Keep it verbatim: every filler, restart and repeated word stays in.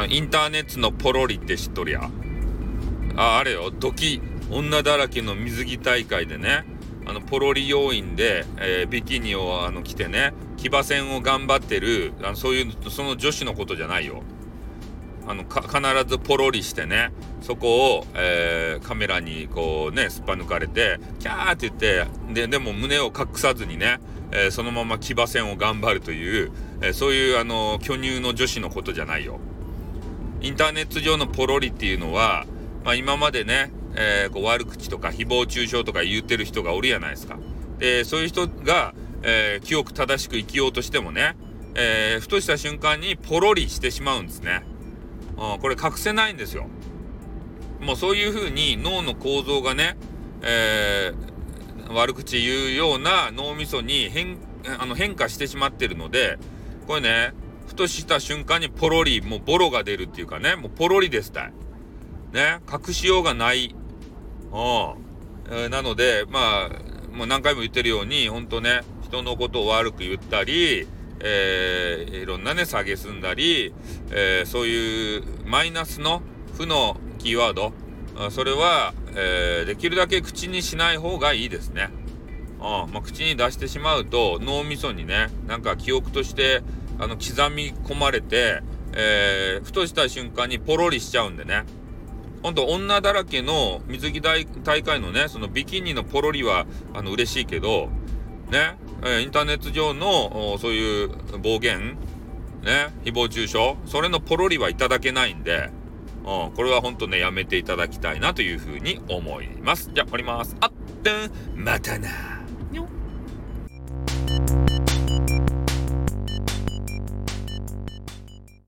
インターネットのポロリって知っとるや。あ、あれよ、ドキ女だらけの水着大会でね、あのポロリ要員で、えー、ビキニをあの着てね、騎馬戦を頑張ってる、あのそういうその女子のことじゃないよ。あのか必ずポロリしてね、そこを、えー、カメラにこうねすっぱ抜かれてキャーって言って、ででも胸を隠さずにね、えー、そのまま騎馬戦を頑張るという、えー、そういうあの巨乳の女子のことじゃないよ。インターネット上のポロリっていうのは、まあ、今までね、えー、こう悪口とか誹謗中傷とか言ってる人がおるやないですか。でそういう人が、えー、清く正しく生きようとしてもね、えー、ふとした瞬間にポロリしてしまうんですね。うん、これ隠せないんですよ。もうそういう風に脳の構造がね、えー、悪口言うような脳みそに変あの変化してしまってるので、これね、ふとした瞬間にポロリ、もうボロが出るっていうかね、もうポロリですたいね、隠しようがない。うん、えー、なのでまあもう何回も言ってるように、本当ね、人のことを悪く言ったり、えー、いろんなね蔑んだり、えー、そういうマイナスの負のキーワード、それは、えー、できるだけ口にしない方がいいですね。あまあ、口に出してしまうと脳みそにね、なんか記憶としてあの刻み込まれて、えー、ふとした瞬間にポロリしちゃうんでね。ほんと女だらけの水着大会のね、そのビキニのポロリはあの嬉しいけどね、えー、インターネット上のそういう暴言ね、誹謗中傷、それのポロリはいただけないんで、うん、これはほんとねやめていただきたいなというふうに思います。じゃあ終わります。あってんまたな。